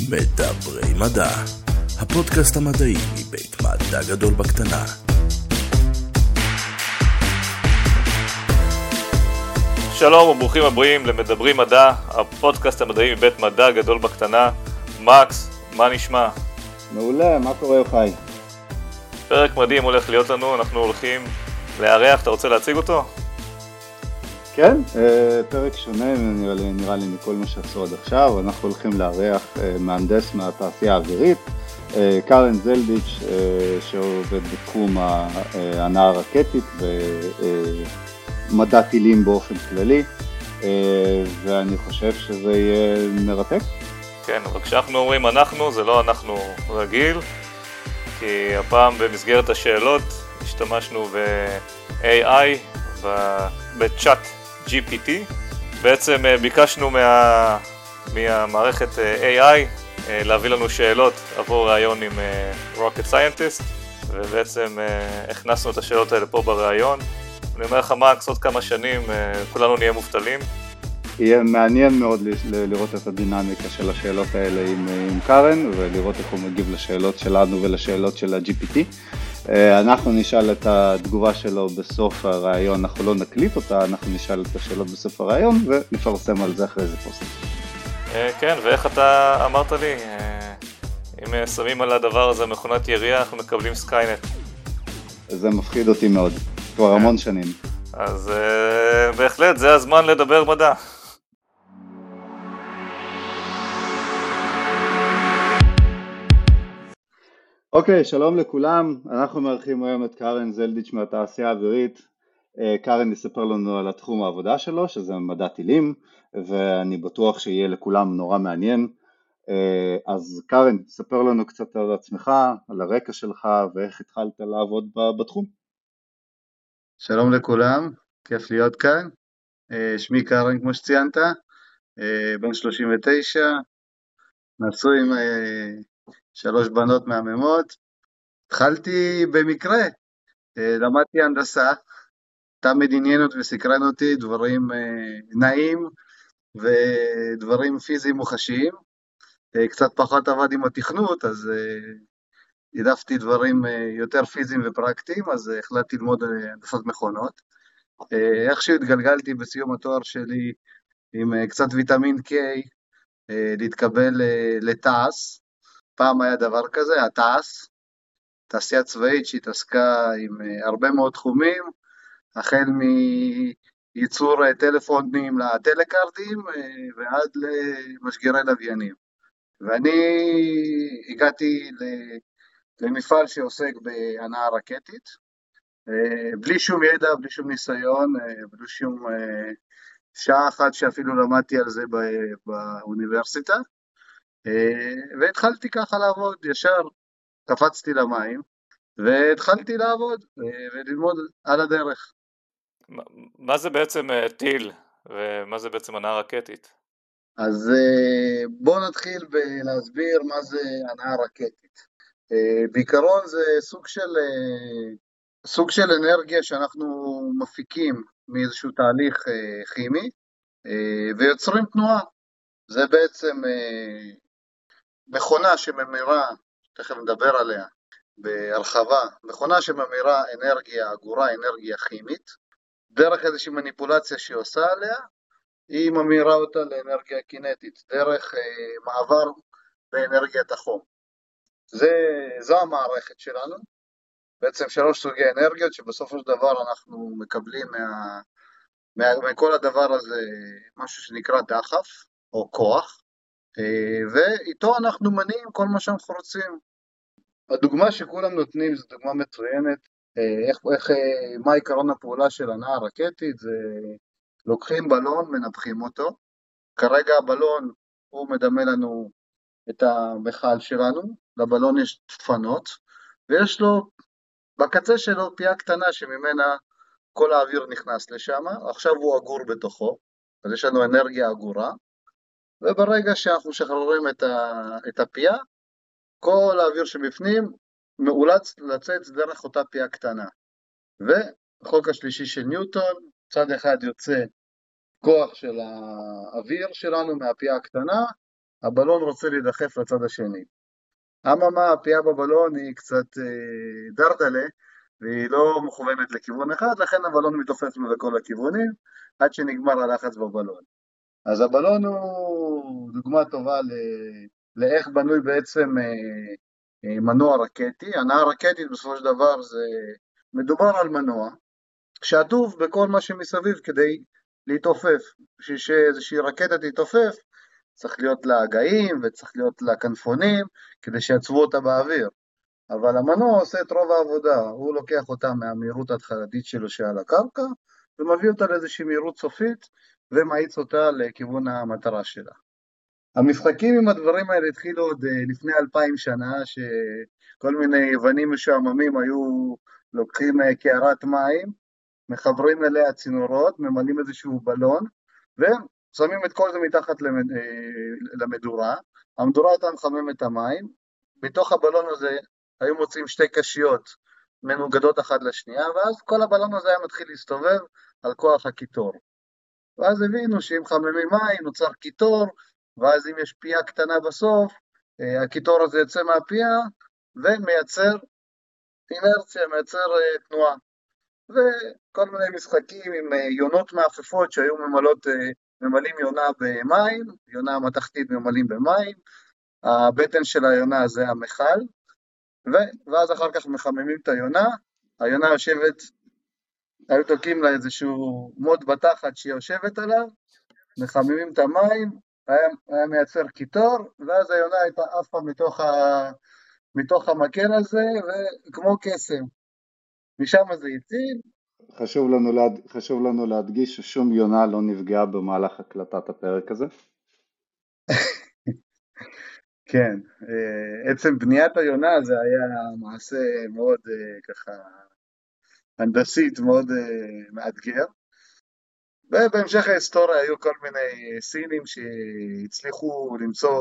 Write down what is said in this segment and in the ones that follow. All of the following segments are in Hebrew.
מדברי מדע, הפודקאסט המדעי מבית מדע גדול בקטנה. שלום וברוכים הבאים למדברי מדע, הפודקאסט המדעי מבית מדע גדול בקטנה. מקס, מה נשמע? מעולה, מה קורה יוחאי? פרק מדהים הולך להיות לנו, אנחנו הולכים לארח, אתה רוצה להציג אותו? כן, פרק שונה נראה לי מכל מה שעשו עד עכשיו. אנחנו הולכים לארח מהנדס מהתעשייה האווירית, קארן זלדיץ', שעובד בתחום ההנעה הרקטית ומדע טילים באופן כללי, ואני חושב שזה יהיה מרתק. כן, אבל כשאנחנו אומרים אנחנו, זה לא אנחנו רגיל, כי הפעם במסגרת השאלות השתמשנו ב-AI, בצ'אט GPT. בעצם ביקשנו מהמערכת AI להביא לנו שאלות עבור ראיון עם Rocket Scientist, ובעצם הכנסנו את השאלות האלה פה בראיון. אני אומר לך מקס, עוד כמה שנים כולנו נהיה מובטלים. יהיה מעניין מאוד לראות את הדינמיקה של השאלות האלה עם קארן, ולראות איך הוא מגיב לשאלות שלנו ולשאלות של ה-GPT. אנחנו נשאל את התגובה שלו בסוף הראיון, אנחנו לא נקליט אותה, אנחנו נשאל את השאלות בסוף הראיון ונפרסם על זה אחרי זה פוסט. כן, ואיך אתה אמרת לי, אם שמים על הדבר הזה מכונת ירייה, אנחנו מקבלים סקיינט. זה מפחיד אותי מאוד, כבר המון שנים. אז בהחלט זה הזמן לדבר מדע. אוקיי, שלום לכולם, אנחנו מארחים היום את קארן זלדיץ' מהתעשייה האווירית. קארן יספר לנו על התחום העבודה שלו, שזה מדע טילים, ואני בטוח שיהיה לכולם נורא מעניין. אז קארן, ספר לנו קצת על עצמך, על הרקע שלך ואיך התחלת לעבוד בתחום. שלום לכולם, כיף להיות כאן. שמי קארן כמו שציינת, בן 39, נשוי עם 3 בנות מהממות. התחלתי במקרה, למדתי הנדסה, תמיד עניינות וסקרן אותי דברים נעים ודברים פיזיים מוחשיים. קצת פחות עבד עם התכנות, אז העדפתי דברים יותר פיזיים ופרקטיים, אז החלטתי ללמוד הנדסת מכונות. איכשהו התגלגלתי בסיום התואר שלי עם קצת ויטמין K להתקבל לתעש. פעם היה דבר כזה, התעש, תעשייה צבאית שהתעסקה עם הרבה מאוד תחומים, החל מייצור טלפונים לטלקארדים ועד למשגרי לוויינים. ואני הגעתי למפעל שעוסק בהנעה רקטית, בלי שום ידע, בלי שום ניסיון, בלי שום שעה אחת שאפילו למדתי על זה באוניברסיטה, והתחלתי ככה לעבוד, ישר קפצתי למים, והתחלתי לעבוד וללמוד על הדרך. מה זה בעצם טיל, ומה זה בעצם הנעה רקטית? אז בואו נתחיל להסביר מה זה הנעה רקטית. בעיקרון זה סוג של אנרגיה שאנחנו מפיקים מאיזשהו תהליך כימי, ויוצרים תנועה. זה בעצם מכונה שממירה, תכף נדבר עליה בהרחבה, מכונה שממירה אנרגיה אגורה, אנרגיה כימית, דרך איזושהי מניפולציה שהיא עושה עליה, היא ממירה אותה לאנרגיה קינטית, דרך מעבר באנרגיית החום. זו המערכת שלנו, בעצם 3 סוגי אנרגיות שבסופו של דבר אנחנו מקבלים מכל הדבר הזה משהו שנקרא דחף או כוח, ואיתו אנחנו מניעים כל מה שאנחנו רוצים. הדוגמה שכולם נותנים זו דוגמה מצוינת, מה עיקרון הפעולה של הנעה רקטית, זה לוקחים בלון, מנפחים אותו, כרגע הבלון הוא מדמה לנו את המכל שלנו, לבלון יש דפנות, ויש לו בקצה שלו פייה קטנה שממנה כל האוויר נכנס לשם, עכשיו הוא אגור בתוכו, אז יש לנו אנרגיה אגורה, וברגע שאנחנו משחררים את הפייה, כל האוויר שבפנים מאולץ לצאת דרך אותה פייה קטנה. וחוק השלישי של ניוטון, צד אחד יוצא כוח של האוויר שלנו מהפייה הקטנה, הבלון רוצה להידחף לצד השני. אממה, הפייה בבלון היא קצת דרדלה, והיא לא מכוונת לכיוון אחד, לכן הבלון מתעופף לו לכל הכיוונים, עד שנגמר הלחץ בבלון. אז הבלון הוא דוגמה טובה לאיך בנוי בעצם מנוע רקטי. הנעה רקטית בסופו של דבר זה מדובר על מנוע, שעטוף בכל מה שמסביב כדי להתעופף. בשביל שאיזושהי רקטה תתעופף, צריך להיות לה הגאים וצריך להיות לה כנפונים, כדי שיעצבו אותה באוויר. אבל המנוע עושה את רוב העבודה, הוא לוקח אותה מהמהירות ההתחלתית שלו שעל הקרקע, ומביא אותה לאיזושהי מהירות סופית, ומאיץ אותה לכיוון המטרה שלה. המשחקים עם הדברים האלה התחילו עוד לפני 2000 שנה, שכל מיני יוונים משועממים היו לוקחים קערת מים, מחברים אליה צינורות, ממלאים איזשהו בלון, ושמים את כל זה מתחת למדורה. המדורה הייתה מחממת את המים, בתוך הבלון הזה היו מוצאים שתי קשיות מנוגדות אחת לשנייה, ואז כל הבלון הזה היה מתחיל להסתובב על כוח הקיטור. ואז הבינו שאם חממים מים נוצר קיטור, ואז אם יש פייה קטנה בסוף, הקיטור הזה יוצא מהפייה ומייצר אינרציה, מייצר תנועה. וכל מיני משחקים עם יונות מעפפות שהיו ממלאים יונה במים, יונה מתכתית ממלאים במים, הבטן של היונה זה המכל, ואז אחר כך מחממים את היונה, היונה יושבת, היו תוקעים לה איזשהו מוד בתחת שהיא יושבת עליו, מחממים את המים, היה מייצר קיטור, ואז היונה הייתה עפה מתוך המקל הזה, וכמו קסם. משם זה הציל. חשוב לנו להדגיש ששום יונה לא נפגעה במהלך הקלטת הפרק הזה. כן, עצם בניית היונה זה היה מעשה מאוד ככה הנדסית, מאוד מאתגר. ובהמשך ההיסטוריה היו כל מיני סינים שהצליחו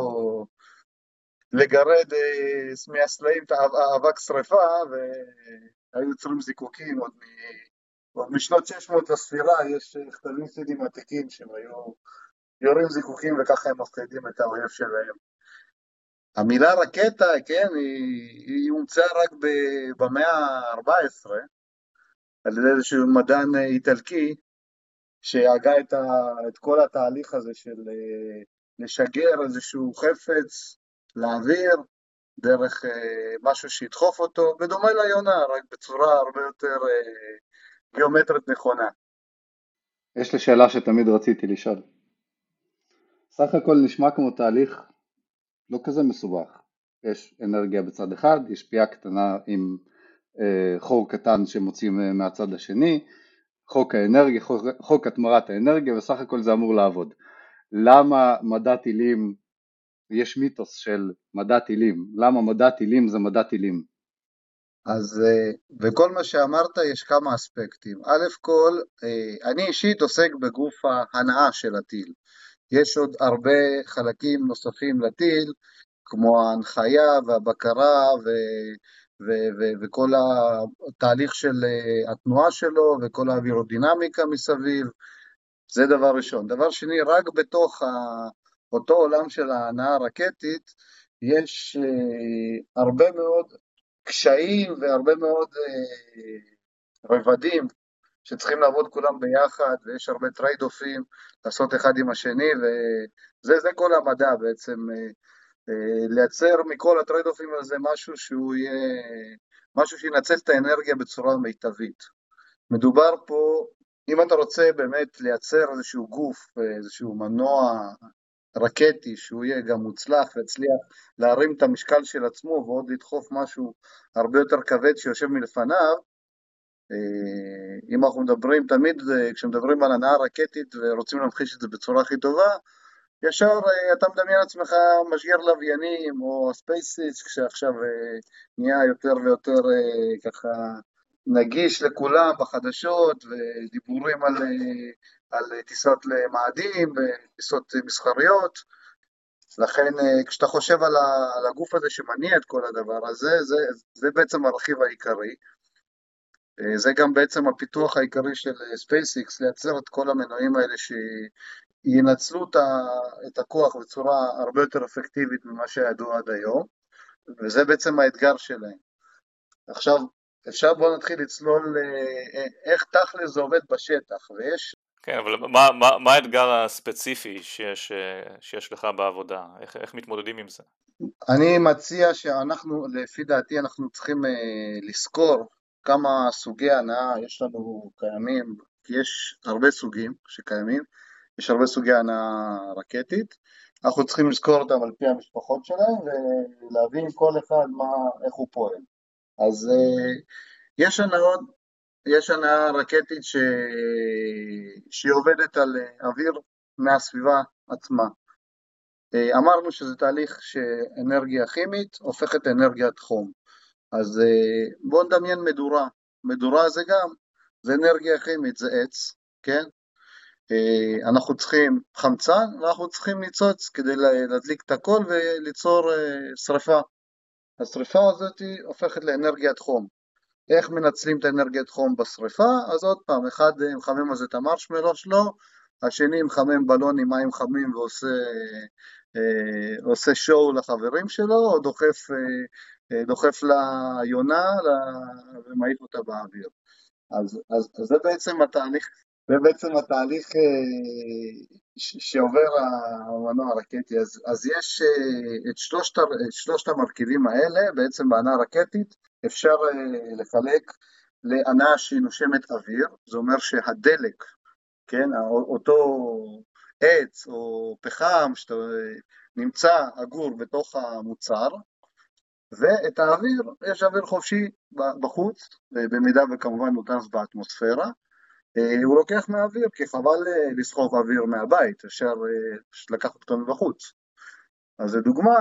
לגרד מהסלעים את האבק שריפה, והיו יוצרים זיקוקים עוד משנות 600 לספירה, יש כתבים סינים עתיקים שהם היו יורים זיקוקים וככה הם מפחידים את האויב שלהם. המילה רקטה, כן, היא הומצאה רק במאה ה-14, על ידי איזשהו מדען איטלקי, שהגה את כל התהליך הזה של לשגר איזשהו חפץ לאוויר, דרך משהו שידחוף אותו, בדומה ליונה, רק בצורה הרבה יותר גיאומטרית נכונה. יש לי שאלה שתמיד רציתי לשאול. סך הכל נשמע כמו תהליך לא כזה מסובך. יש אנרגיה בצד אחד, יש פייה קטנה עם חור קטן שמוצאים מהצד השני, חוק התמרת האנרגיה, וסך הכל זה אמור לעבוד. למה מדע טילים, יש מיתוס של מדע טילים, למה מדע טילים זה מדע טילים? אז בכל מה שאמרת יש כמה אספקטים. א' כל, אני אישית עוסק בגוף ההנעה של הטיל. יש עוד הרבה חלקים נוספים לטיל, כמו ההנחיה והבקרה וכל התהליך של התנועה שלו וכל האווירודינמיקה מסביב. זה דבר ראשון. דבר שני, רק בתוך אותו עולם של ההנעה הרקטית יש הרבה מאוד קשיים והרבה מאוד רבדים שצריכים לעבוד כולם ביחד, ויש הרבה טרייד-אופים לעשות אחד עם השני, וזה כל המדע בעצם, לייצר מכל הטרייד-אופים הזה משהו שהוא יהיה, משהו שינצל את האנרגיה בצורה מיטבית. מדובר פה, אם אתה רוצה באמת לייצר איזשהו גוף, איזשהו מנוע רקטי, שהוא יהיה גם מוצלח והצליח להרים את המשקל של עצמו, ועוד לדחוף משהו הרבה יותר כבד שיושב מלפניו, אם אנחנו מדברים תמיד, כשמדברים על הנעה רקטית ורוצים להמחיש את זה בצורה הכי טובה, ישר אתה מדמיין עצמך משגר לוויינים או ספייסיס, כשעכשיו נהיה יותר ויותר ככה נגיש לכולם בחדשות, ודיבורים על טיסות למאדים וטיסות מסחריות. לכן כשאתה חושב על הגוף הזה שמניע את כל הדבר הזה, זה בעצם הרכיב העיקרי. זה גם בעצם הפיתוח העיקרי של SpaceX, לייצר את כל המנועים האלה ינצלו את הכוח בצורה הרבה יותר אפקטיבית ממה שידעו עד היום, וזה בעצם האתגר שלהם. עכשיו, בואו נתחיל לצלול איך תכל'ס זה עובד בשטח, ויש... כן, אבל מה האתגר הספציפי שיש לך בעבודה? איך מתמודדים עם זה? אני מציע שאנחנו, לפי דעתי, אנחנו צריכים לזכור כמה סוגי הנעה יש לנו קיימים, כי יש הרבה סוגים שקיימים, יש הרבה סוגי הנעה רקטית, אנחנו צריכים לזכור אותם על פי המשפחות שלהם, ולהבין כל אחד איך הוא פועל. אז יש הנעה רקטית שהיא עובדת על אוויר מהסביבה עצמה. אמרנו שזה תהליך שאנרגיה כימית הופכת לאנרגיית חום. אז בואו נדמיין מדורה. מדורה זה אנרגיה כימית, זה עץ, כן? אנחנו צריכים חמצן ואנחנו צריכים ניצוץ כדי להדליק את הכל וליצור שריפה. השריפה הזאת הופכת לאנרגיית חום. איך מנצלים את האנרגיית חום בשריפה? אז עוד פעם, אחד מחמם אז את המרשמלו שלו, השני מחמם בלון עם מים חמים ועושה שואו לחברים שלו, או דוחף ליונה ומעיף אותה באוויר. אז זה בעצם התהליך שעובר המנוע הרקטי. אז יש את שלושת המרכיבים האלה, בעצם בהנעה הרקטית אפשר לחלק להנעה שהיא נושמת אוויר, זה אומר שהדלק, כן, אותו עץ או פחם נמצא אגור בתוך המוצר, ואת האוויר, יש אוויר חופשי בחוץ, במידה וכמובן נותנס באטמוספירה, הוא לוקח מהאוויר, כי חבל לסחוב אוויר מהבית, אפשר לקחת אותו מבחוץ. אז זו דוגמה,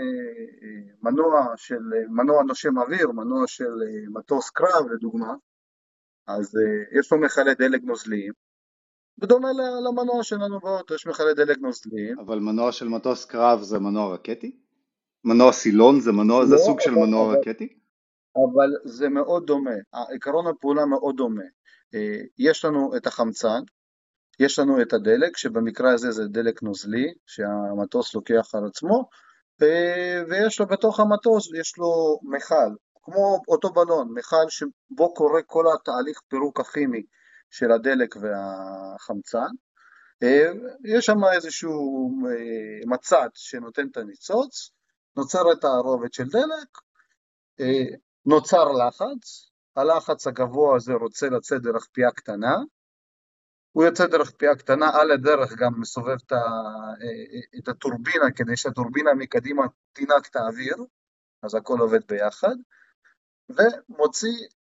מנוע נושם אוויר, מנוע של מטוס קרב לדוגמה, אז יש לו מכלי דלק נוזליים, בדומה למנוע שלנו באוטו, יש מכלי דלק נוזליים. אבל מנוע של מטוס קרב זה מנוע רקטי? מנוע סילון זה סוג של מנוע רקטי? אבל זה מאוד דומה, עקרון הפעולה מאוד דומה. יש לנו את החמצן, יש לנו את הדלק, שבמקרה הזה זה דלק נוזלי, שהמטוס לוקח על עצמו, ויש לו בתוך המטוס, יש לו מיכל, כמו אותו בלון, מיכל שבו קורה כל התהליך פירוק הכימי של הדלק והחמצן, יש שם איזשהו מצד שנותן את הניצוץ, נוצרת הערובת של דלק, נוצר לחץ, הלחץ הגבוה הזה רוצה לצאת דרך פייה קטנה, הוא יוצא דרך פייה קטנה, על הדרך גם מסובב את הטורבינה, כדי שהטורבינה מקדימה תינק את האוויר, אז הכל עובד ביחד, ומוציא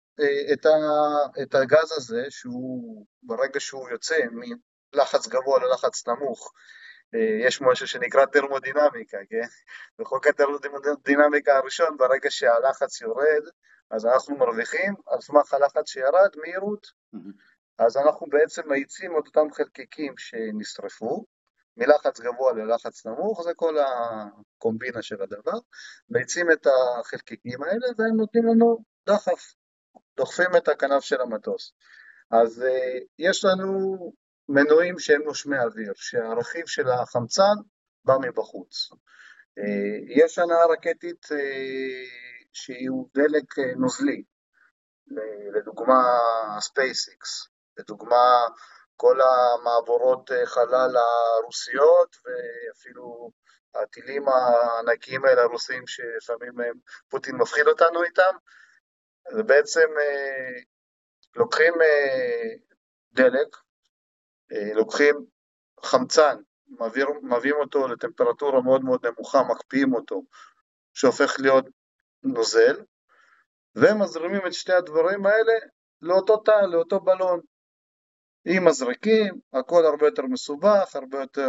את הגז הזה, שהוא ברגע שהוא יוצא מלחץ גבוה ללחץ נמוך, יש משהו שנקרא תרמודינמיקה, כן? בחוק התרמודינמיקה הראשון, ברגע שהלחץ יורד, אז אנחנו מרוויחים על סמך הלחץ שירד מהירות, אז אנחנו בעצם מאיצים את אותם חלקיקים שנשרפו, מלחץ גבוה ללחץ נמוך, זה כל הקומבינה של הדבר, מאיצים את החלקיקים האלה והם נותנים לנו דחף, דוחפים את הכנף של המטוס. אז יש לנו מנועים שהם נושמי אוויר, שהרכיב של החמצן בא מבחוץ. יש הנעה רקטית שהיא דלק נוזלי, לדוגמה SpaceX, לדוגמה כל המעבורות חלל הרוסיות, ואפילו הטילים הענקיים האלה הרוסיים ששמים פוטין מפחיד אותנו איתם, ובעצם לוקחים דלק, לוקחים חמצן, מביאים אותו לטמפרטורה מאוד מאוד נמוכה, מקפיאים אותו, שהופך להיות נוזל, ומזרימים את שתי הדברים האלה לאותו תא, לאותו בלון. עם מזרקים, הכל הרבה יותר מסובך, הרבה יותר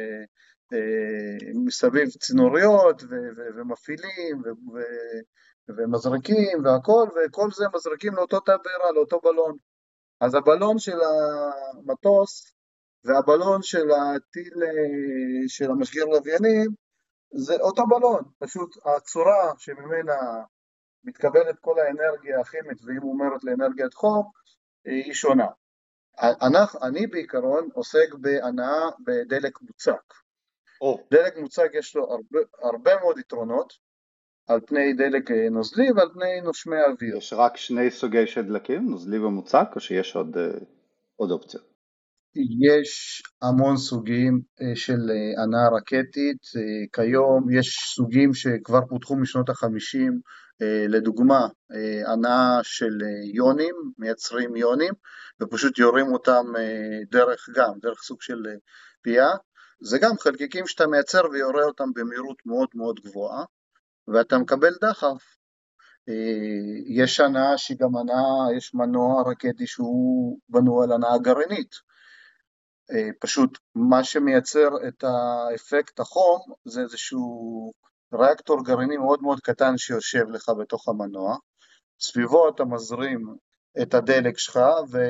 מסביב צינוריות ומפעילים ומזרקים והכל, וכל זה מזרקים לאותו תא בעירה, לאותו בלון. אז הבלון של המטוס והבלון של הטיל של המשגר לוויינים, זה אותו בלון, פשוט הצורה שממנה מתקבלת כל האנרגיה הכימית והיא מומרת לאנרגיית חום, היא שונה. אני בעיקרון עוסק בהנעה בדלק מוצק. או, דלק מוצק יש לו הרבה מאוד יתרונות על פני דלק נוזלי ועל פני נושמי אוויר. יש רק שני סוגי של דלקים, נוזלי ומוצק, או שיש עוד אופציות? יש המון סוגים של הנעה רקטית, כיום יש סוגים שכבר פותחו משנות ה-50, לדוגמה הנעה של יונים, מייצרים יונים, ופשוט יורים אותם דרך סוג של פייה, זה גם חלקיקים שאתה מייצר ויורה אותם במהירות מאוד מאוד גבוהה, ואתה מקבל דחף. יש הנעה שהיא גם הנעה, יש מנוע רקטי שהוא בנוי על הנעה גרעינית, פשוט מה שמייצר את האפקט החום זה איזשהו ריאקטור גרעיני מאוד מאוד קטן שיושב לך בתוך המנוע, סביבו אתה מזרים את הדלק שלך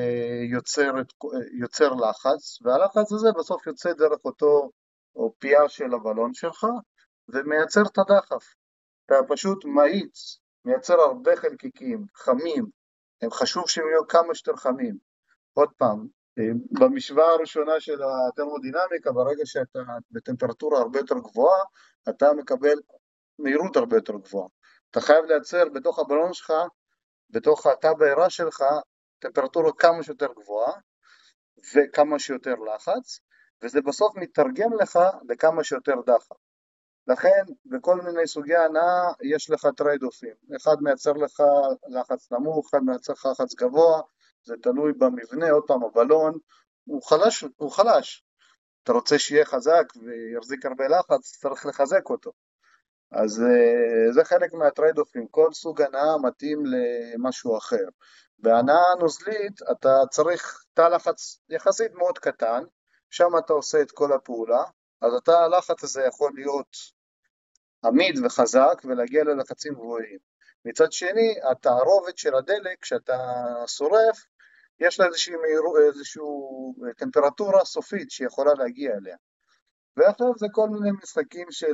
ויוצר לחץ, והלחץ הזה בסוף יוצא דרך אותו או פייה של הבלון שלך ומייצר את הדחף. אתה פשוט מאיץ, מייצר הרבה חלקיקים חמים, הם חשוב שהם יהיו כמה שיותר חמים. עוד פעם, במשוואה הראשונה של התרמודינמיקה, ברגע שאתה בטמפרטורה הרבה יותר גבוהה, אתה מקבל מהירות הרבה יותר גבוהה. אתה חייב לייצר בתוך הבלון שלך, בתוך התא בעירה שלך, טמפרטורה כמה שיותר גבוהה, וכמה שיותר לחץ, וזה בסוף מתרגם לך לכמה שיותר דחף. לכן, בכל מיני סוגי הנעה יש לך טרייד-אופים. אחד מייצר לך לחץ נמוך, אחד מייצר לך לחץ גבוה, זה תלוי במבנה. עוד פעם, הבלון הוא חלש. אתה רוצה שיהיה חזק ויחזיק הרבה לחץ, צריך לחזק אותו. אז זה חלק מהטרייד-אופים. כל סוג הנעה מתאים למשהו אחר. בהנעה נוזלית אתה צריך תא לחץ יחסית מאוד קטן, שם אתה עושה את כל הפעולה, אז התא הלחץ הזה יכול להיות עמיד וחזק ולהגיע ללחצים גבוהים. מצד שני, התערובת של הדלק שאתה שורף, יש לה איזושהי טמפרטורה סופית שיכולה להגיע אליה. ועכשיו זה כל מיני משחקים של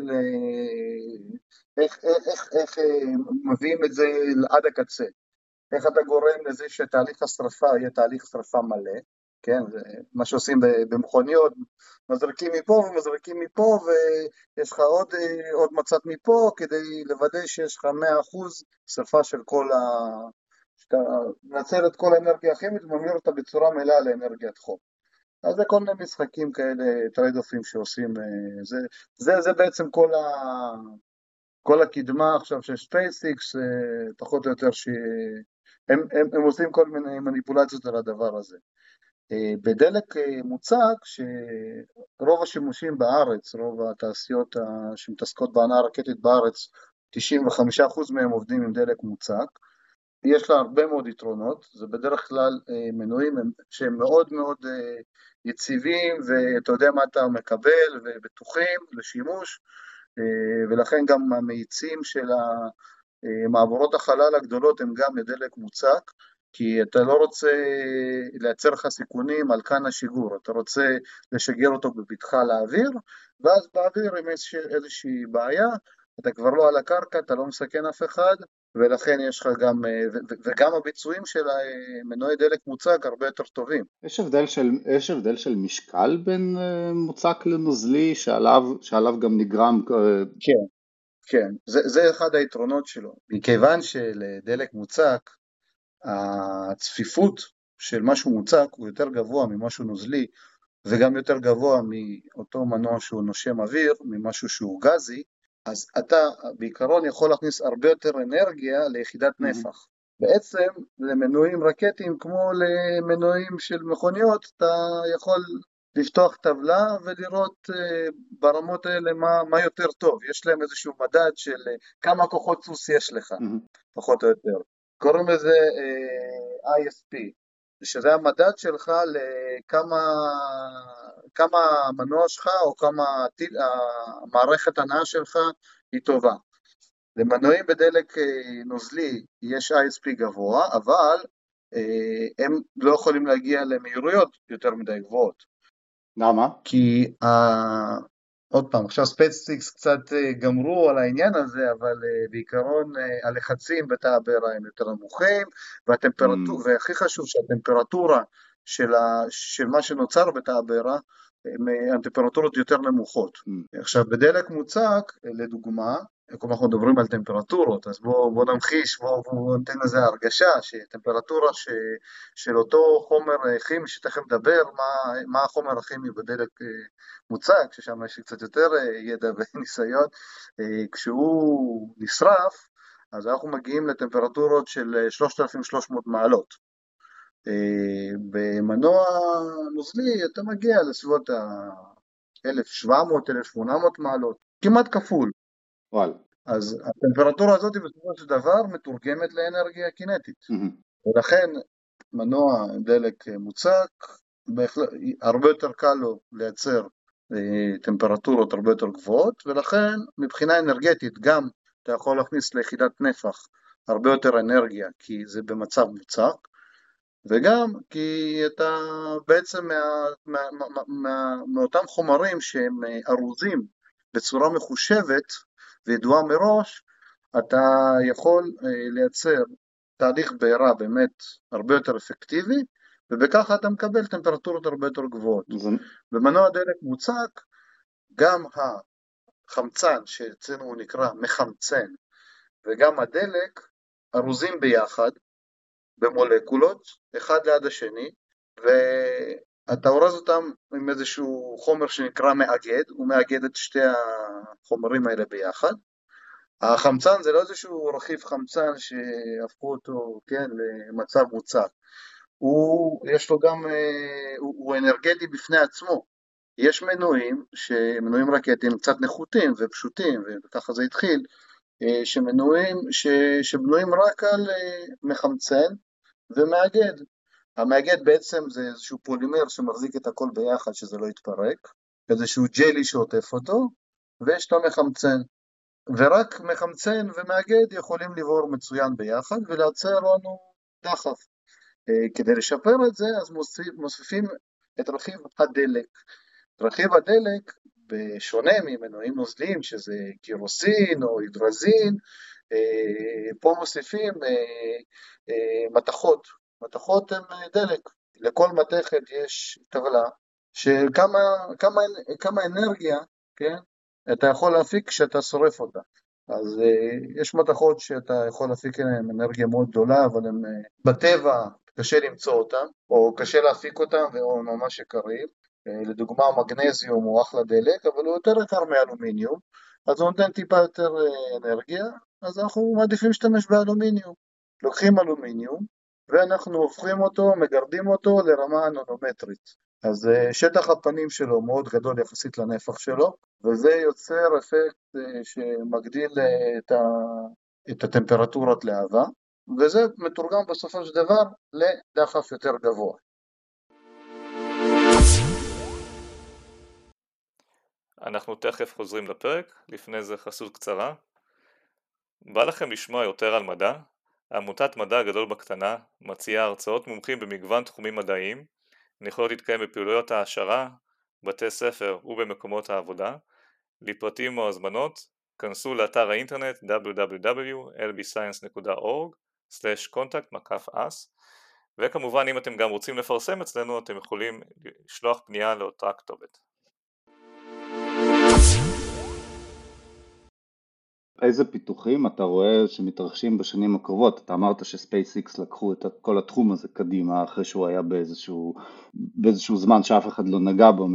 איך מביאים את זה עד הקצה. איך אתה גורם לזה שתהליך השרפה יהיה תהליך שרפה מלא, כן, זה מה שעושים במכוניות, מזרקים מפה ומזרקים מפה, ויש לך עוד מצאת מפה, כדי לוודא שיש לך 100% שרפה של כל שאתה מנצל את כל האנרגיה הכימית, וממיר אותה בצורה מלאה לאנרגיית חום. אז זה כל מיני משחקים כאלה, טרייד-אופים שעושים, זה בעצם כל הקדמה עכשיו של SpaceX, פחות או יותר הם עושים כל מיני מניפולציות על הדבר הזה. בדלק מוצק, שרוב השימושים בארץ, רוב התעשיות שמתעסקות בהנעה רקטית בארץ, 95% מהם עובדים עם דלק מוצק, יש לה הרבה מאוד יתרונות, זה בדרך כלל מנועים שהם מאוד מאוד יציבים, ואתה יודע מה אתה מקבל, ובטוחים לשימוש, ולכן גם המאיצים של מעבורות החלל הגדולות הם גם לדלק מוצק, כי אתה לא רוצה לייצר לך סיכונים על כאן השיגור, אתה רוצה לשגר אותו בבטחה לאוויר, ואז באוויר אם יש איזושהי בעיה, אתה כבר לא על הקרקע, אתה לא מסכן אף אחד, ולכן יש לך גם, וגם הביצועים של מנועי דלק מוצק הרבה יותר טובים. יש הבדל של משקל בין מוצק לנוזלי, שעליו גם נגרם... כן, כן, זה אחד היתרונות שלו, מכיוון שלדלק מוצק, הצפיפות של משהו מוצק הוא יותר גבוה ממשהו נוזלי, וגם יותר גבוה מאותו מנוע שהוא נושם אוויר, ממשהו שהוא גזי, אז אתה בעיקרון יכול להכניס הרבה יותר אנרגיה ליחידת נפח. בעצם למנועים רקטיים כמו למנועים של מכוניות, אתה יכול לפתוח טבלה ולראות ברמות האלה מה יותר טוב. יש להם איזשהו מדד של כמה כוחות סוס יש לך, פחות או יותר. קוראים לזה ISP, שזה המדד שלך לכמה המנוע שלך או כמה המערכת הנעה שלך היא טובה. למנועים בדלק נוזלי יש ISP גבוה, אבל הם לא יכולים להגיע למהירויות יותר מדי גבוהות. למה? כי עוד פעם, עכשיו SpaceX קצת גמרו על העניין הזה, אבל בעיקרון הלחצים בתא הבעירה הם יותר נמוכים, והכי חשוב שהטמפרטורה של מה שנוצר בתא הבעירה מהטמפרטורות יותר נמוכות. עכשיו בדלק מוצק, לדוגמה, כלומר אנחנו מדברים על טמפרטורות, אז בוא נמחיש, בוא ניתן לזה הרגשה, שטמפרטורה של אותו חומר כימי, שתכף נדבר מה החומר הכימי בדלק מוצק, ששם יש קצת יותר ידע וניסיון, כשהוא נשרף, אז אנחנו מגיעים לטמפרטורות של 3,300 מעלות. במנוע נוזלי אתה מגיע לסביבות ה-1,700-1,800 מעלות, כמעט כפול. וואל. אז הטמפרטורה הזאת בסופו של דבר מתורגמת לאנרגיה קינטית. ולכן מנוע דלק מוצק, הרבה יותר קל לו לייצר טמפרטורות הרבה יותר גבוהות, ולכן מבחינה אנרגטית גם אתה יכול להכניס ליחידת נפח הרבה יותר אנרגיה, כי זה במצב מוצק, וגם כי אתה בעצם מאותם חומרים שהם ארוזים בצורה מחושבת וידועה מראש, אתה יכול לייצר תהליך בעירה באמת הרבה יותר אפקטיבי, ובכך אתה מקבל טמפרטורות הרבה יותר גבוהות. במנוע דלק מוצק, גם החמצן שאצלנו הוא נקרא מחמצן, וגם הדלק ארוזים ביחד, במולקולות, אחד ליד השני, ואתה אורז אותם עם איזשהו חומר שנקרא מאגד, הוא מאגד את שתי החומרים האלה ביחד. החמצן זה לא איזשהו רכיב חמצן שהפכו אותו, כן, למצב מוצק. יש לו גם, הוא אנרגטי בפני עצמו. יש מנועים רקטיים קצת נחותים ופשוטים, וככה זה התחיל, שבנועים רק על מחמצן ומאגד. המאגד בעצם זה איזשהו פולימר שמחזיק את הכל ביחד שזה לא יתפרק, איזשהו ג'לי שעוטף אותו, ויש לו מחמצן. ורק מחמצן ומאגד יכולים לבעור מצוין ביחד ולייצר לנו דחף. כדי לשפר את זה אז מוסיפים את רכיב הדלק. רכיב הדלק בשונה ממנועים נוזליים שזה קירוסין או הידרזין, פה מוסיפים מתכות. מתכות הן דלק. לכל מתכת יש טבלה של כמה אנרגיה, כן, אתה יכול להפיק כשאתה שורף אותה. אז יש מתכות שאתה יכול להפיק עם אנרגיה מאוד גדולה, אבל הם בטבע קשה למצוא אותם, או קשה להפיק אותם, או ממש יקרים. לדוגמה מגנזיום הוא אחלה דלק, אבל הוא יותר יקר מאלומיניום, אז הוא נותן טיפה יותר אנרגיה, אז אנחנו מעדיפים להשתמש באלומיניום. לוקחים אלומיניום, ואנחנו הופכים אותו, מגרדים אותו לרמה ננומטרית. אז שטח הפנים שלו מאוד גדול יחסית לנפח שלו, וזה יוצר אפקט שמגדיל את הטמפרטורת להבה, וזה מתורגם בסופו של דבר לדחף יותר גבוה. אנחנו תכף חוזרים לפרק, לפני זה חסות קצרה. בא לכם לשמוע יותר על מדע? עמותת מדע גדול בקטנה מציעה הרצאות מומחים במגוון תחומים מדעיים, הן יכולות להתקיים בפעילויות העשרה, בתי ספר ובמקומות העבודה. לפרטים או הזמנות, כנסו לאתר האינטרנט www.lbscience.org/contact-us, וכמובן אם אתם גם רוצים לפרסם אצלנו אתם יכולים לשלוח פנייה לאותה כתובת. איזה פיתוחים אתה רואה שמתרחשים בשנים הקרובות? אתה אמרת שספייסיקס לקחו את כל התחום הזה קדימה אחרי שהוא היה באיזשהו זמן שאף אחד לא נגע בו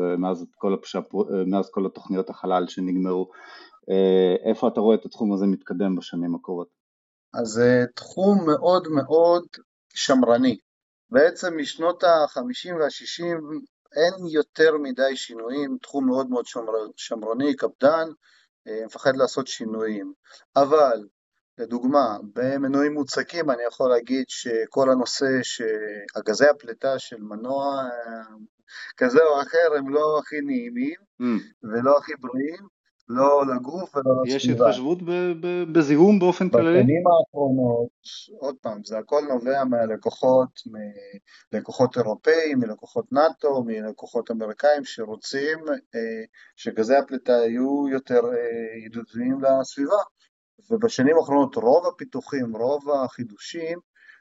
מאז כל התוכניות החלל שנגמרו. איפה אתה רואה את התחום הזה מתקדם בשנים הקרובות? אז זה תחום מאוד מאוד שמרני. בעצם משנות ה-50 וה-60 אין יותר מדי שינויים, תחום מאוד מאוד שמרני, קפדן, מפחד לעשות שינויים. אבל לדוגמה במנועים מוצקים אני יכול להגיד שכל הנושא שהגזי הפליטה של מנוע כזה או אחר הם לא הכי נעימים ולא הכי בריאים, לא לגוף ולא לסביבה. יש התחשבות בזיהום באופן כללי? בשנים האחרונות, עוד פעם, זה הכל נובע מהלקוחות, מלקוחות אירופאים, מלקוחות נאטו, מלקוחות אמריקאים שרוצים שגזי הפליטה יהיו יותר ידידותיים לסביבה. ובשנים האחרונות רוב הפיתוחים, רוב החידושים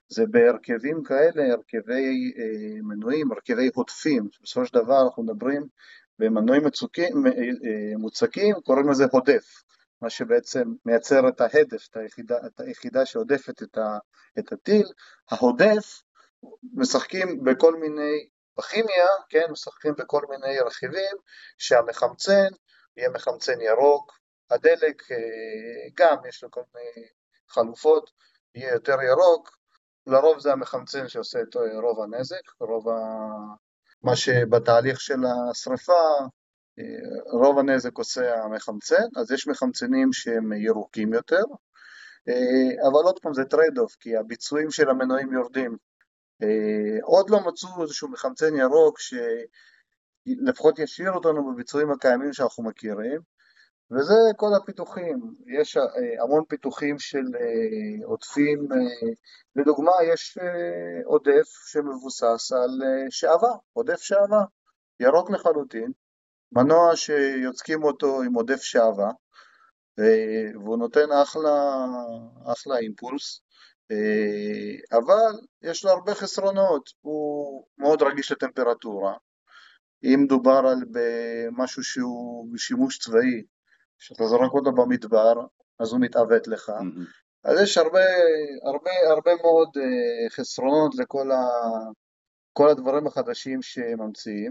זה בהרכבים כאלה, הרכבי מנועים, הרכבי הודפים, בסופו של דבר אנחנו מדברים במנועים מוצקים, קוראים לזה הודף, מה שבעצם מייצר את ההדף, את היחידה שעודפת את הטיל. ההודף משחקים בכל מיני, בכימיה, כן, משחקים בכל מיני רכיבים, שהמחמצן יהיה מחמצן ירוק, הדלק גם יש לו כל מיני חלופות, יהיה יותר ירוק, לרוב זה המחמצן שעושה את רוב הנזק, מה שבתהליך של השריפה, רוב הנזק עושה המחמצן, אז יש מחמצנים שהם ירוקים יותר, אבל עוד פעם זה טרייד אוף, כי הביצועים של המנועים יורדים. עוד לא מצאו איזשהו מחמצן ירוק שלפחות ישאיר אותנו בביצועים הקיימים שאנחנו מכירים, וזה כל הפיתוחים. יש המון פיתוחים של עודפים, לדוגמה יש עודף שמבוסס על שעווה, עודף שעווה, ירוק לחלוטין, מנוע שיוצקים אותו עם עודף שעווה, והוא נותן אחלה אימפולס, אבל יש לו הרבה חסרונות, הוא מאוד רגיש לטמפרטורה, אם מדובר על משהו שהוא בשימוש צבאי, שאתה זורק אותו במדבר, אז הוא מתעוות לך, אז יש הרבה מאוד חסרונות לכל הדברים החדשים שממציאים,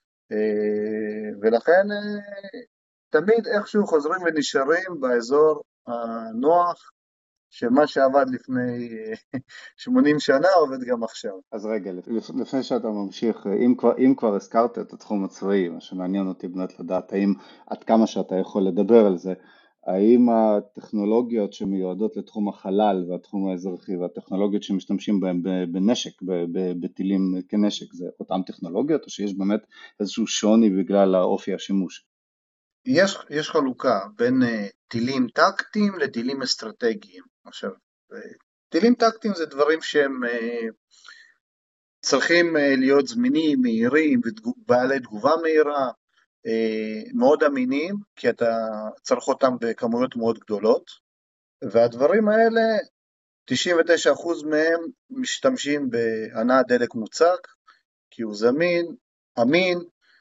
ולכן תמיד איכשהו חוזרים ונשארים באזור הנוח, שמה שעבד לפני 80 שנה עובד גם עכשיו. אז רגע, לפני שאתה ממשיך, אם כבר הזכרת את התחום הצבאי, מה שמעניין אותי באמת לדעת, האם עד כמה שאתה יכול לדבר על זה, האם הטכנולוגיות שמיועדות לתחום החלל והתחום האזרחי והטכנולוגיות שמשתמשים בהם בנשק, בטילים כנשק, זה אותם טכנולוגיות או שיש באמת איזשהו שוני בגלל האופי השימוש? יש חלוקה בין טילים טקטיים לטילים אסטרטגיים. עכשיו, טילים טקטיים זה דברים שהם צריכים להיות זמינים, מהירים, ובעלי תגובה מהירה, מאוד אמינים, כי אתה צריך אותם בכמויות מאוד גדולות, והדברים האלה, 99% מהם משתמשים בהנעת דלק מוצק, כי הוא זמין, אמין,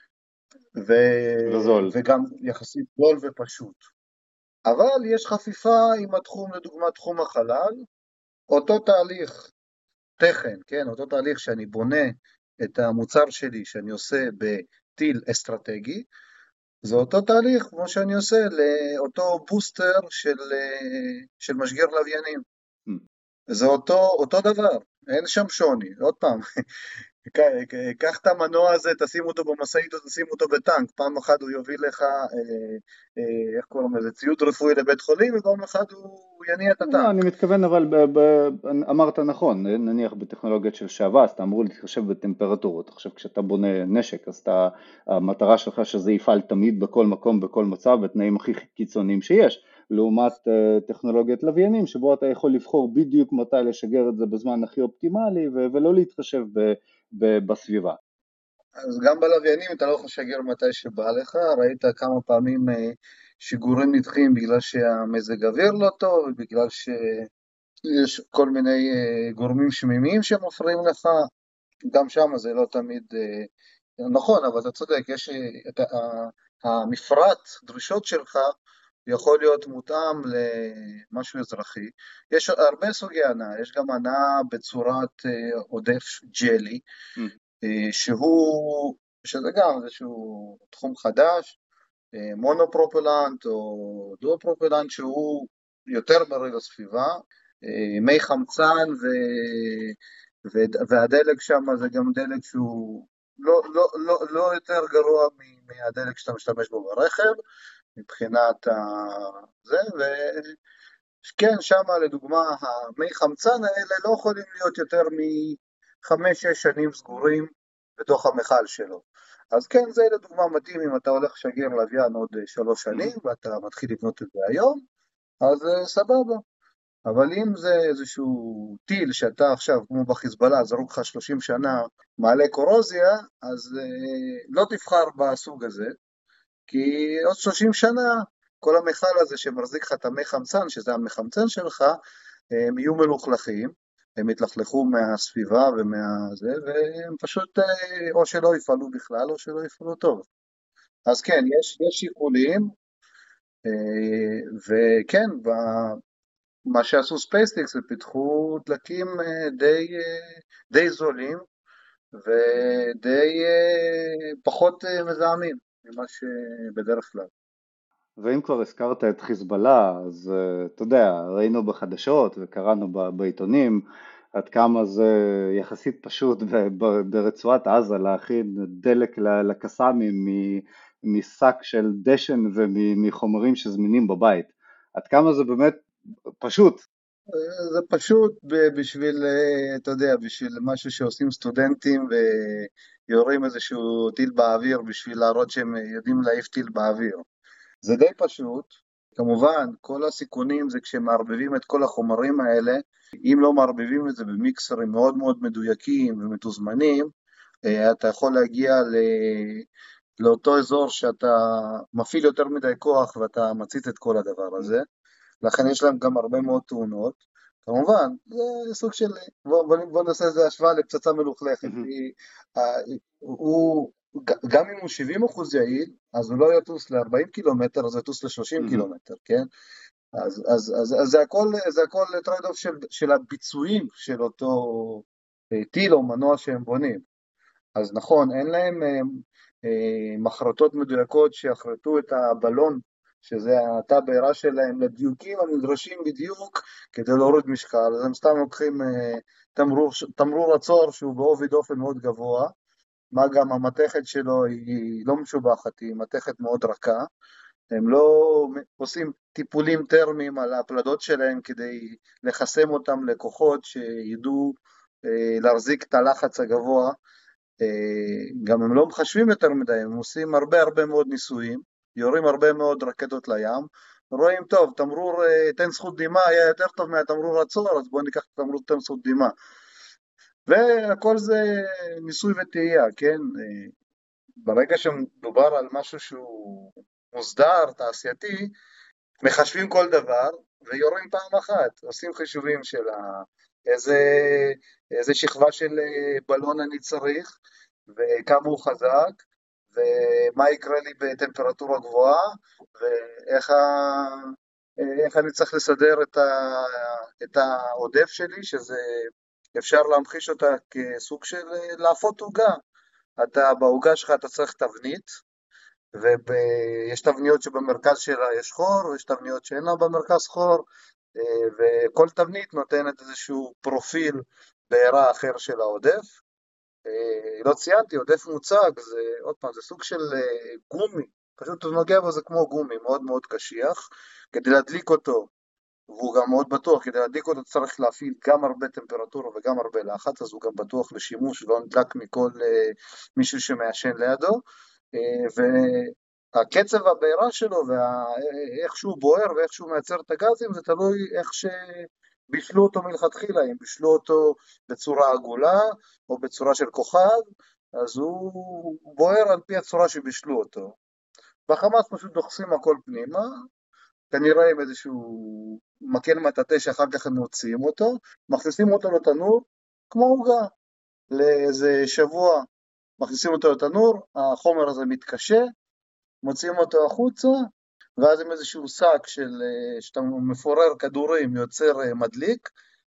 וגם יחסית זול ופשוט. אבל יש חפיפה עם התחום, לדוגמה תחום החלל, אותו תהליך טכן, כן, אותו תהליך שאני בונה את המוצר שלי, שאני עושה בטיל אסטרטגי, זה אותו תהליך כמו שאני עושה לאותו בוסטר של משגר לוויינים. זה אותו דבר, אין שם שוני. עוד פעם, קח את המנוע הזה, תשים אותו במשאית או תשים אותו בטנק, פעם אחת הוא יוביל לך, איך קוראים לזה, ציוד רפואי לבית חולים, ופעם אחת הוא יניע את הטנק. אני מתכוון, אבל אמרת נכון, נניח בטכנולוגיות של שעווה, אז אתה אמור להתחשב בטמפרטורות. עכשיו כשאתה בונה נשק, אז המטרה שלך שזה יפעל תמיד בכל מקום, בכל מצב, בתנאים הכי קיצוניים שיש, לעומת טכנולוגיית לוויינים, שבו אתה יכול לבחור בדיוק מתי לשגר את זה בזמן הכי אופטימלי, ולא להתחשב בסביבה. אז גם בלוויינים אתה לא יכול לשגר מתי שבא לך, ראית כמה פעמים שיגורים נדחים בגלל שהמזג אוויר לא טוב, בגלל שיש כל מיני גורמים שמימיים שמפריעים לך, גם שם זה לא תמיד נכון, אבל אתה צודק, יש המפרט, דרישות שלך, יכול להיות מותאם למשהו אזרחי. יש הרבה סוגי הנעה, יש גם הנעה בצורת עודף ג'לי, שזה גם איזשהו תחום חדש, מונופרופלנט או דואופרופלנט, שהוא יותר בריא לסביבה, מי חמצן והדלק שם זה גם דלק שהוא לא יותר גרוע מהדלק שאתה משתמש בו ברכב, מבחינת זה, וכן, שם לדוגמה, המי חמצן האלה לא יכולים להיות יותר מ5-6 שנים סגורים בתוך המכל שלו. אז כן, זה לדוגמה מתאים אם אתה הולך לשגר לוויין עוד 3 שנים, ואתה מתחיל לבנות את זה היום, אז סבבה. אבל אם זה איזשהו טיל שאתה עכשיו, כמו בחיזבאללה, זרוק לך 30 שנה, מעלה קורוזיה, אז לא תבחר בסוג הזה, כי עוד 30 שנה, כל המכל הזה שמחזיק לך את המי חמצן, שזה המחמצן שלך, הם יהיו מלוכלכים, הם התלכלכו מהסביבה ומהזה, והם פשוט או שלא יפעלו בכלל או שלא יפעלו טוב. אז כן, יש שיקולים, וכן, מה שעשו ספייסטיקס זה פיתחו דלקים די זולים ודי פחות מזהמים ממה שבדרך כלל. ואם כבר הזכרת את חיזבאללה, אז אתה יודע, ראינו בחדשות וקראנו בעיתונים עד כמה זה יחסית פשוט ברצועת עזה להכין דלק לקסאמים משק של דשן ומחומרים שזמינים בבית. עד כמה זה באמת פשוט. זה פשוט בשביל, אתה יודע, בשביל משהו שעושים סטודנטים ויורים איזשהו טיל באוויר בשביל להראות שהם יודעים להעיף טיל באוויר. זה די פשוט, כמובן כל הסיכונים זה כשמערבבים את כל החומרים האלה, אם לא מערבבים את זה במיקסרים מאוד מאוד מדויקים ומתוזמנים, אתה יכול להגיע לאותו אזור שאתה מפעיל יותר מדי כוח ואתה מציץ את כל הדבר הזה, לכן יש להם גם הרבה מאוד תאונות, כמובן, זה סוג של, בוא נעשה איזה השוואה לפצצה מלוכלכת, גם אם הוא 70% יעיל, אז הוא לא יטוס ל-40 קילומטר, אז הוא יטוס ל-30 קילומטר, כן? אז זה הכל טרייד אוף של הביצועים של אותו טיל או מנוע שהם בונים. אז נכון, אין להם מחרטות מדויקות שיחרטו את הבלון, שזה התא בעירה שלהם, לדיוקים הנדרשים בדיוק כדי להוריד משקל, אז הם סתם לוקחים תמרור עצור שהוא בעובי דופן מאוד גבוה, מה גם המתכת שלו היא לא משובחת, היא מתכת מאוד רכה, הם לא עושים טיפולים טרמיים על הפלדות שלהם כדי לחסם אותם לכוחות שידעו להחזיק את הלחץ הגבוה, גם הם לא מחשבים יותר מדי, הם עושים הרבה מאוד ניסויים, יורים הרבה מאוד רקטות לים, רואים טוב, תמרור תן זכות דימה היה יותר טוב מהתמרור עצור, אז בואו ניקח את תמרור תן זכות דימה, והכל זה ניסוי וטעייה, כן? ברגע שמדובר על משהו שהוא מוסדר, תעשייתי, מחשבים כל דבר ויורים פעם אחת, עושים חישובים של איזה שכבה של בלון אני צריך, וכמה הוא חזק, ומה יקרה לי בטמפרטורה גבוהה, ואיך אני צריך לסדר את העודף שלי, שזה אפשר להמחיש אותה כסוג של להפות עוגה. אתה בעוגה שלך אתה צריך תבנית, ויש תבניות שבמרכז שלה יש חור, ויש תבניות שאין לה במרכז חור, וכל תבנית נותנת איזשהו פרופיל בעירה אחר של העודף. לא ציינתי, עודף מוצג, זה עוד פעם, זה סוג של גומי, פשוט אתה נוגע בו זה כמו גומי, מאוד מאוד קשיח, כדי להדליק אותו, והוא גם מאוד בטוח, כדי להדליק אותו צריך להפעיל גם הרבה טמפרטורה וגם הרבה לחץ, אז הוא גם בטוח לשימוש, לא נדלק מכל מישהו שמעשן לידו, והקצב הבעירה שלו, ואיך שהוא בוער ואיך שהוא מייצר את הגזים, זה תלוי איך שבישלו אותו מלכתחילה, אם בישלו אותו בצורה עגולה או בצורה של כוכב, אז הוא בוער על פי הצורה שבישלו אותו. בחמאס פשוט דוחסים הכל פנימה, כנראה עם איזשהו מקל מטאטא שאחר כך הם מוציאים אותו, מכניסים אותו לתנור כמו עוגה, לאיזה שבוע מכניסים אותו לתנור, החומר הזה מתקשה, מוציאים אותו החוצה, ואז עם איזשהו שק שאתה מפורר כדורים יוצר מדליק,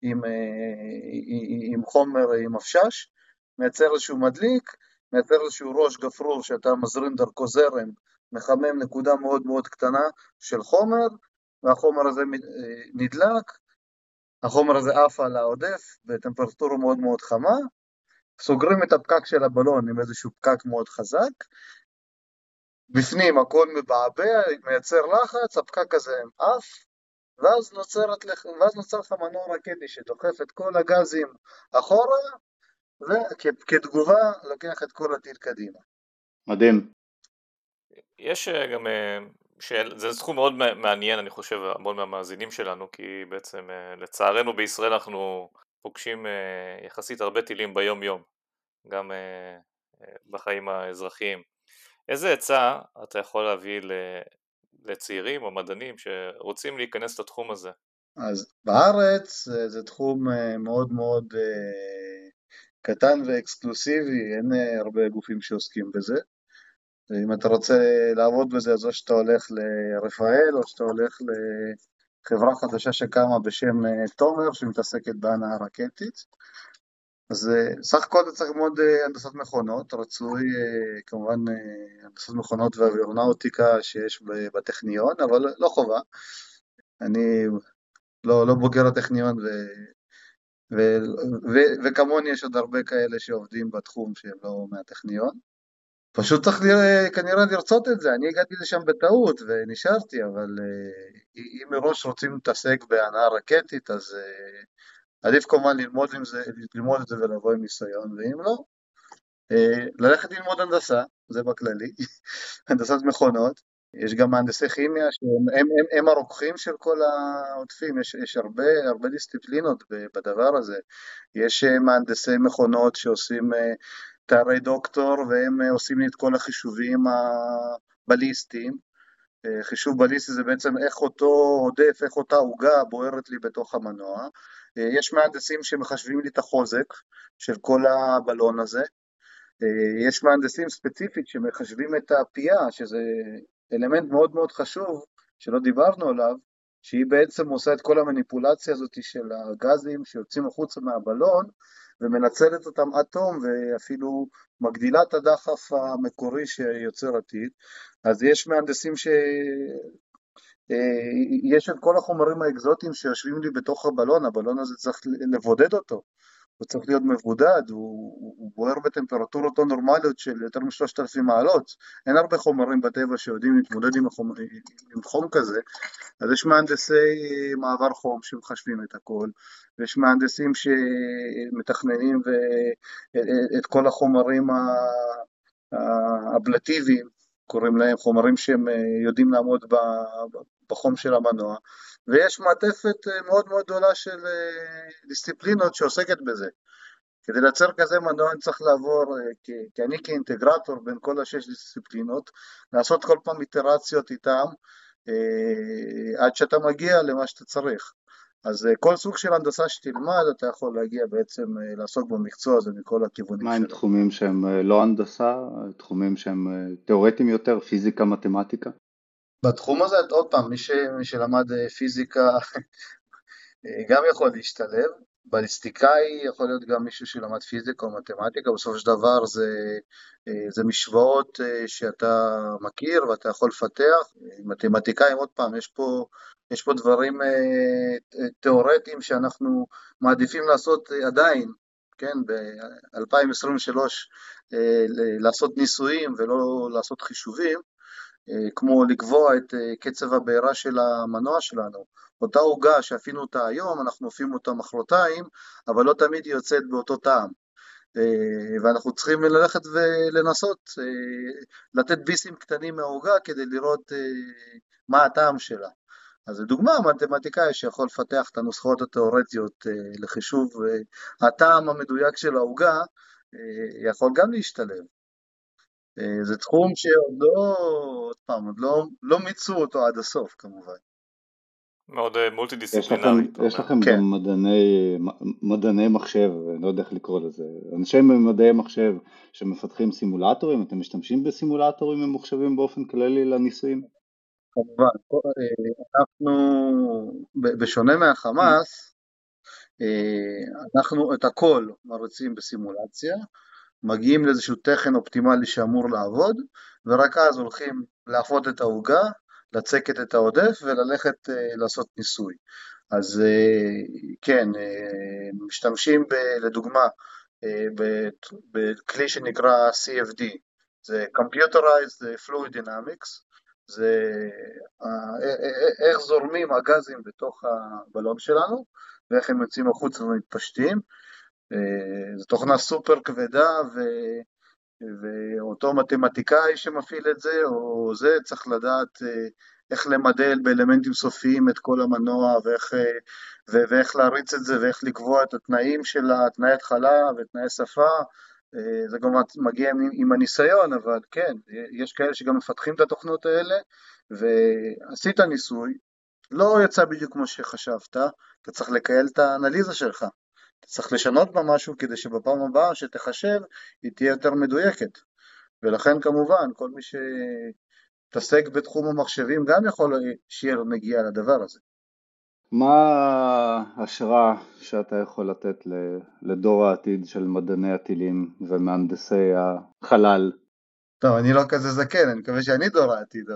עם חומר, עם אפשש, מייצר איזשהו מדליק, מייצר איזשהו ראש גפרור שאתה מזרים דרכו זרם, מחמם נקודה מאוד מאוד קטנה של חומר, והחומר הזה נדלק, החומר הזה עף על העודף בטמפרטורה מאוד מאוד חמה, סוגרים את הפקק של הבלון עם איזשהו פקק מאוד חזק, בפנים הכל מבעבע, מייצר לחץ, הפקק הזה עף, ואז נוצר לך מנוע רקטי שדוחף את כל הגזים אחורה, וכתגובה לוקח את כל הטיל קדימה. מדהים. יש גם, זה סכום מאוד מעניין, אני חושב, המון מהמאזינים שלנו, כי בעצם לצערנו בישראל אנחנו פוגשים יחסית הרבה טילים ביום יום, גם בחיים האזרחיים. איזה עצה אתה יכול להביא לצעירים או מדענים שרוצים להיכנס לתחום הזה? אז בארץ זה תחום מאוד מאוד קטן ואקסקלוסיבי, אין הרבה גופים שעוסקים בזה. אם אתה רוצה לעבוד בזה, אז או שאתה הולך לרפאל, או שאתה הולך לחברה חדשה שקמה בשם תומר, שמתעסקת בהנעה רקטית. אז סך הכל אתה צריך ללמוד הנדסת מכונות, רצוי כמובן הנדסת מכונות ואווירונאוטיקה שיש בטכניון, אבל לא חובה. אני לא בוגר הטכניון, וכמוני יש עוד הרבה כאלה שעובדים בתחום שהם לא מהטכניון. פשוט צריך כנראה לרצות את זה, אני הגעתי לשם בטעות ונשארתי, אבל אם מראש רוצים להתעסק בהנעה רקטית, אז עדיף כמובן ללמוד את זה ולבוא עם ניסיון, ואם לא, ללכת ללמוד הנדסה, זה בכללי, הנדסת מכונות. יש גם מהנדסי כימיה שהם הרוקחים של כל העוטפים, יש הרבה דיסציפלינות בדבר הזה. יש מהנדסי מכונות שעושים תארי דוקטור, והם עושים את כל החישובים הבליסטיים. חישוב בליסטי זה בעצם איך אותו עודף, איך אותה עוגה בוערת לי בתוך המנוע. יש מהנדסים שמחשבים לי את החוזק של כל הבלון הזה. יש מהנדסים ספציפית שמחשבים את הפייה, שזה אלמנט מאוד מאוד חשוב שלא דיברנו עליו, שהיא בעצם עושה את כל המניפולציה הזאת של הגזים שיוצאים החוצה מהבלון, ומנצלת אותם עד תום, ואפילו מגדילה את הדחף המקורי שיוצר עתיד. אז יש מהנדסים יש את כל החומרים האקזוטיים שיושבים לי בתוך הבלון, הבלון הזה צריך לבודד אותו, הוא צריך להיות מבודד, הוא בוער בטמפרטורות לא נורמליות של יותר מ-3,000 מעלות, אין הרבה חומרים בטבע שיודעים להתמודד עם חום כזה, אז יש מהנדסי מעבר חום שמחשבים את הכל, ויש מהנדסים שמתכננים את כל החומרים האבלטיביים, קוראים להם חומרים שהם יודעים לעמוד בחום של המנוע, ויש מעטפת מאוד מאוד גדולה של דיסציפלינות שעוסקת בזה. כדי לייצר כזה מנוע אני צריך לעבור, כי אני כאינטגרטור בין כל השש דיסציפלינות, לעשות כל פעם איטרציות איתם, עד שאתה מגיע למה שאתה צריך. אז כל סוג של הנדסה שתלמד, אתה יכול להגיע בעצם לעסוק במקצוע הזה מכל הכיוונים שלו. מה עם תחומים שהם לא הנדסה, תחומים שהם תיאורטיים יותר, פיזיקה, מתמטיקה? בתחום הזה, עוד פעם, מי שלמד פיזיקה גם יכול להשתלב, בליסטיקאי יכול להיות גם מישהו שלמד פיזיקה או מתמטיקה, בסופו של דבר זה משוואות שאתה מכיר ואתה יכול לפתח. מתמטיקאים, עוד פעם, יש פה דברים תיאורטיים שאנחנו מעדיפים לעשות עדיין, כן, ב-2023 לעשות ניסויים ולא לעשות חישובים, כמו לקבוע את קצב הבעירה של המנוע שלנו. אותה עוגה שאפינו אותה היום, אנחנו אופים אותה מחרתיים, אבל לא תמיד היא יוצאת באותו טעם. ואנחנו צריכים ללכת ולנסות לתת ביסים קטנים מהעוגה כדי לראות מה הטעם שלה. אז לדוגמה, מתמטיקאי שיכול לפתח את הנוסחאות התיאורטיות לחישוב הטעם המדויק של העוגה, יכול גם להשתלב. זה תחום שעוד לא מיצו אותו עד הסוף כמובן. מאוד מולטי דיסציפלינרי. יש לכם גם מדעני מחשב, אני לא יודע איך לקרוא לזה, אנשים במדעי מחשב שמפתחים סימולטורים, אתם משתמשים בסימולטורים ממוחשבים באופן כללי לניסויים? כמובן, אנחנו בשונה מהחמאס, אנחנו את הכל מריצים בסימולציה, מגיעים לאיזשהו תכן אופטימלי שאמור לעבוד, ורק אז הולכים להפות את העוגה, לצקת את העודף וללכת לעשות ניסוי. אז כן, משתמשים לדוגמה בכלי שנקרא CFD, זה Computerized Fluid Dynamics, זה איך זורמים הגזים בתוך הבלון שלנו, ואיך הם יוצאים החוץ ומתפשטים. זו תוכנה סופר כבדה, ואותו מתמטיקאי שמפעיל את זה, או זה צריך לדעת איך למדל באלמנטים סופיים את כל המנוע, ואיך להריץ את זה, ואיך לקבוע את התנאים של תנאי התחלה ותנאי שפה. זה גם מגיע עם הניסיון, אבל כן, יש כאלה שגם מפתחים את התוכנות האלה, ועשית ניסוי, לא יצא בדיוק כמו שחשבת, אתה צריך לקייל את האנליזה שלך, אתה צריך לשנות בה משהו כדי שבפעם הבאה שתחשב היא תהיה יותר מדויקת, ולכן כמובן כל מי שתעסק בתחום המחשבים גם יכול שיהיה לו נגיעה לדבר הזה. מה ההשראה שאתה יכול לתת לדור העתיד של מדעני הטילים ומהנדסי החלל? טוב, אני לא כזה זקן, אני מקווה שאני דור העתיד,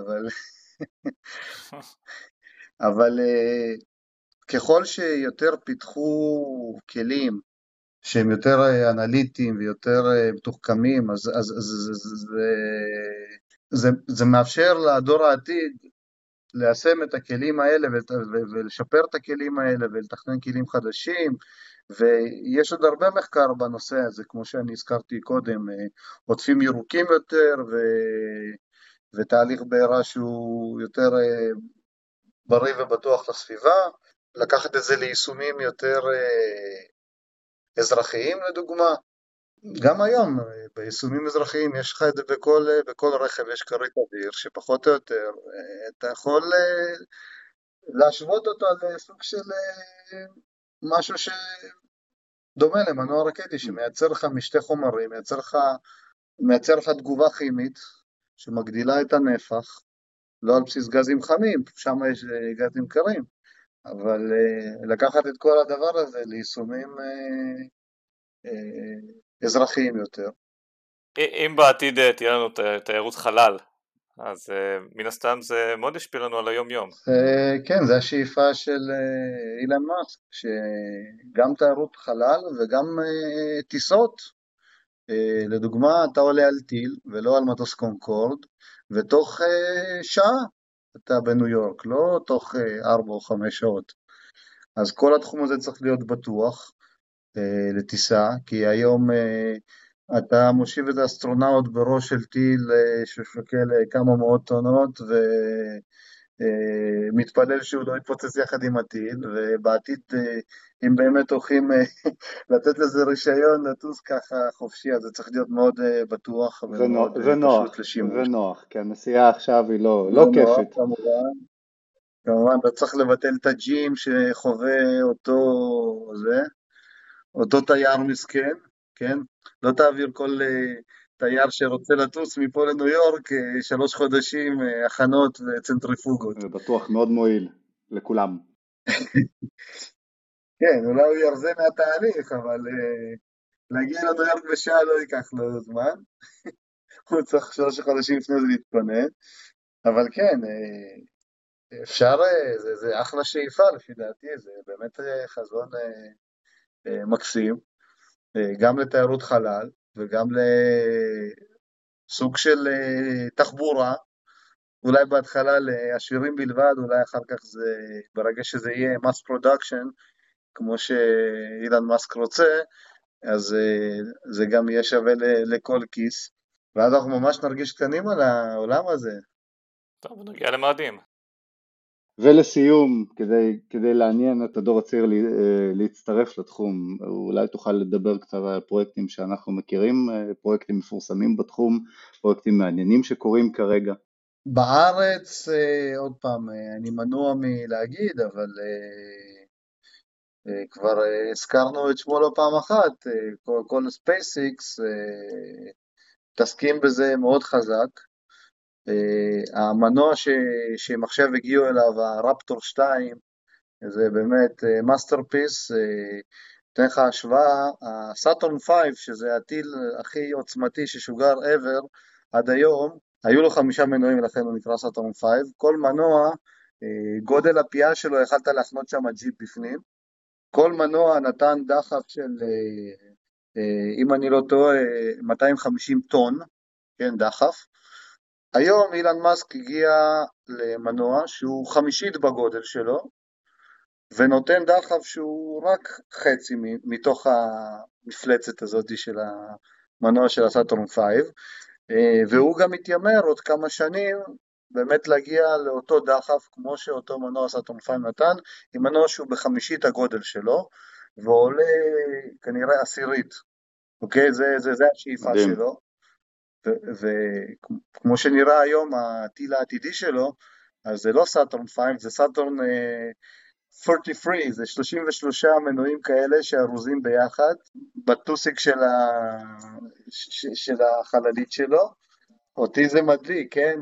אבל ככל שיותר פיתחו כלים שהם יותר אנליטיים ויותר מתוחכמים, אז זה מאפשר לדור העתיד ליישם את הכלים האלה ולשפר את הכלים האלה ולתכנן כלים חדשים, ויש עוד הרבה מחקר בנושא הזה, כמו שאני הזכרתי קודם, עוטפים ירוקים יותר ותהליך בעירה שהוא יותר בריא ובטוח לסביבה, לקחת את זה ליישומים יותר אזרחיים לדוגמה. גם היום ביישומים אזרחיים יש לך את זה בכל רכב, יש כרית אוויר שפחות או יותר אתה יכול להשוות אותו לסוג של משהו שדומה למנוע רקטי שמייצר לך משתי חומרים, מייצר לך תגובה כימית שמגדילה את הנפח, לא על בסיס גזים חמים, שם יש גזים קרים, אבל לקחת את כל הדבר הזה ליישומים אזרחיים יותר. אם בעתיד תהיה לנו תיירות חלל, אז מן הסתם זה מאוד ישפיע לנו על היום יום. כן, זה השאיפה של אילן מאסק, שגם תיירות חלל וגם טיסות, לדוגמה אתה עולה על טיל ולא על מטוס קונקורד, ותוך שעה אתה בניו יורק, לא תוך 4 או 5 שעות. אז כל התחום הזה צריך להיות בטוח לטיסה, כי היום אתה מושיב את האסטרונאוט בראש של טיל ששוקל כמה מאות טונות ומתפלל שהוא לא יתפוצץ יחד עם הטיל, ובעתיד אם באמת הולכים לתת לזה רישיון לטוס ככה חופשי, אז זה צריך להיות מאוד בטוח ומאוד פשוט לשימוש. ונוח, כי הנסיעה עכשיו היא לא כיפית. כמובן, אתה צריך לבטל את הג'ים שחווה אותו תייר מסכן, כן? לא תעביר כל תייר שרוצה לטוס מפה לניו יורק 3 חודשים הכנות וצנטריפוגות. זה בטוח מאוד מועיל לכולם. כן, אולי הוא ירזה מהתהליך, אבל להגיע לניו יורק בשעה לא ייקח לו זמן. הוא צריך 3 חודשים לפני זה להתכונן. אבל כן, אפשר, זה אחלה שאיפה לפי דעתי, זה באמת חזון מקסים, גם לתיירות חלל וגם לסוג של תחבורה, אולי בהתחלה לעשירים בלבד, אולי אחר כך ברגע שזה יהיה mass production, כמו שאילן מאסק רוצה, אז זה גם יהיה שווה לכל כיס, ואז אנחנו ממש נרגיש קטנים על העולם הזה. טוב, נגיע למאדים. ולסיום, כדי לעניין את הדור הצעיר להצטרף לתחום, אולי תוכל לדבר קצת על פרויקטים שאנחנו מכירים, פרויקטים מפורסמים בתחום, פרויקטים מעניינים שקורים כרגע. בארץ, עוד פעם, אני מנוע מלהגיד, אבל כבר הזכרנו את שמו לא פעם אחת, כל SpaceX תסכים בזה מאוד חזק. המנוע שהם עכשיו הגיעו אליו, הרפטור 2, זה באמת מאסטרפיס. אתן לך השוואה, הסאטורן 5, שזה הטיל הכי עוצמתי ששוגר ever עד היום, היו לו 5 מנועים, לכן הוא נקרא סאטורן 5, כל מנוע, גודל הפייה שלו, יכלת להחנות שם ג'יפ בפנים, כל מנוע נתן דחף של, אם אני לא טועה, 250 טון, כן, דחף. היום אילן מאסק הגיע למנוע שהוא 1/5 בגודל שלו, ונותן דחף שהוא רק חצי מתוך המפלצת הזאת של המנוע של הסאטורן 5, והוא גם מתיימר עוד כמה שנים באמת להגיע לאותו דחף כמו שאותו מנוע סאטורן 5 נתן, עם מנוע שהוא ב1/5 הגודל שלו, ועולה כנראה 10, אוקיי? זה השאיפה שלו, וכמו שנראה היום הטיל העתידי שלו, אז זה לא סאטורן 5, זה סאטורן 33, זה 33 מנועים כאלה שארוזים ביחד, בטוסיק של החללית שלו. אותי זה מדליק, כן?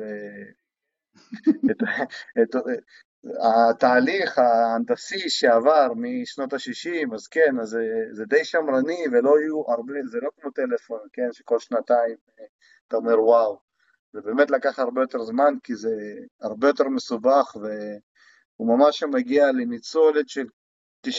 התהליך ההנדסי שעבר משנות ה-60, אז כן, אז זה די שמרני, ולא יהיו הרבה, זה לא כמו טלפון, כן, שכל שנתיים אתה אומר וואו, זה באמת לקח הרבה יותר זמן, כי זה הרבה יותר מסובך, והוא ממש מגיע לניצולת של 99%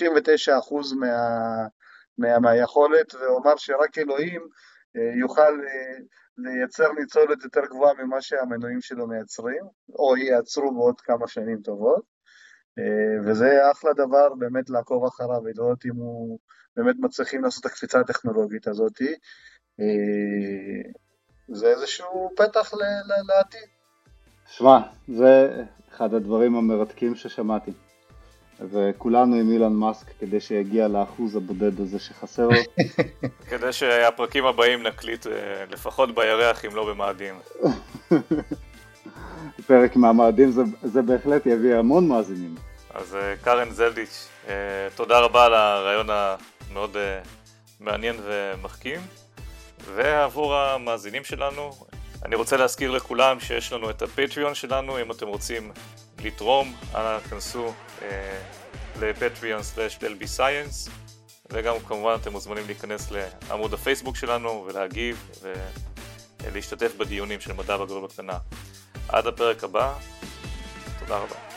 מהיכולת, והוא אמר שרק אלוהים יוכל לייצר ניצולת יותר גבוהה ממה שהמנועים שלו מייצרים, או ייצרו בעוד כמה שנים טובות, וזה אחלה דבר באמת לעקוב אחריו, ולראות אם הוא באמת מצליחים לעשות את הקפיצה הטכנולוגית הזאת, זה איזשהו פתח לעתיד. שמע, זה אחד הדברים המרתקים ששמעתי. וכולנו עם אילון מאסק כדי שיגיע לאחוז הבודד הזה שחסר לו. כדי שהפרקים הבאים נקליט לפחות בירח אם לא במאדים. פרק מהמאדים זה בהחלט יביא המון מאזינים. אז קארן זלדיץ', תודה רבה על הרעיון המאוד מעניין ומחכים. ועבור המאזינים שלנו, אני רוצה להזכיר לכולם שיש לנו את הפטריון שלנו, אם אתם רוצים לתרום, אנא כנסו לפטריון/LB Science, וגם כמובן אתם מוזמנים להיכנס לעמוד הפייסבוק שלנו ולהגיב ולהשתתף בדיונים של מדע בגדול בקטנה. עד הפרק הבא, תודה רבה.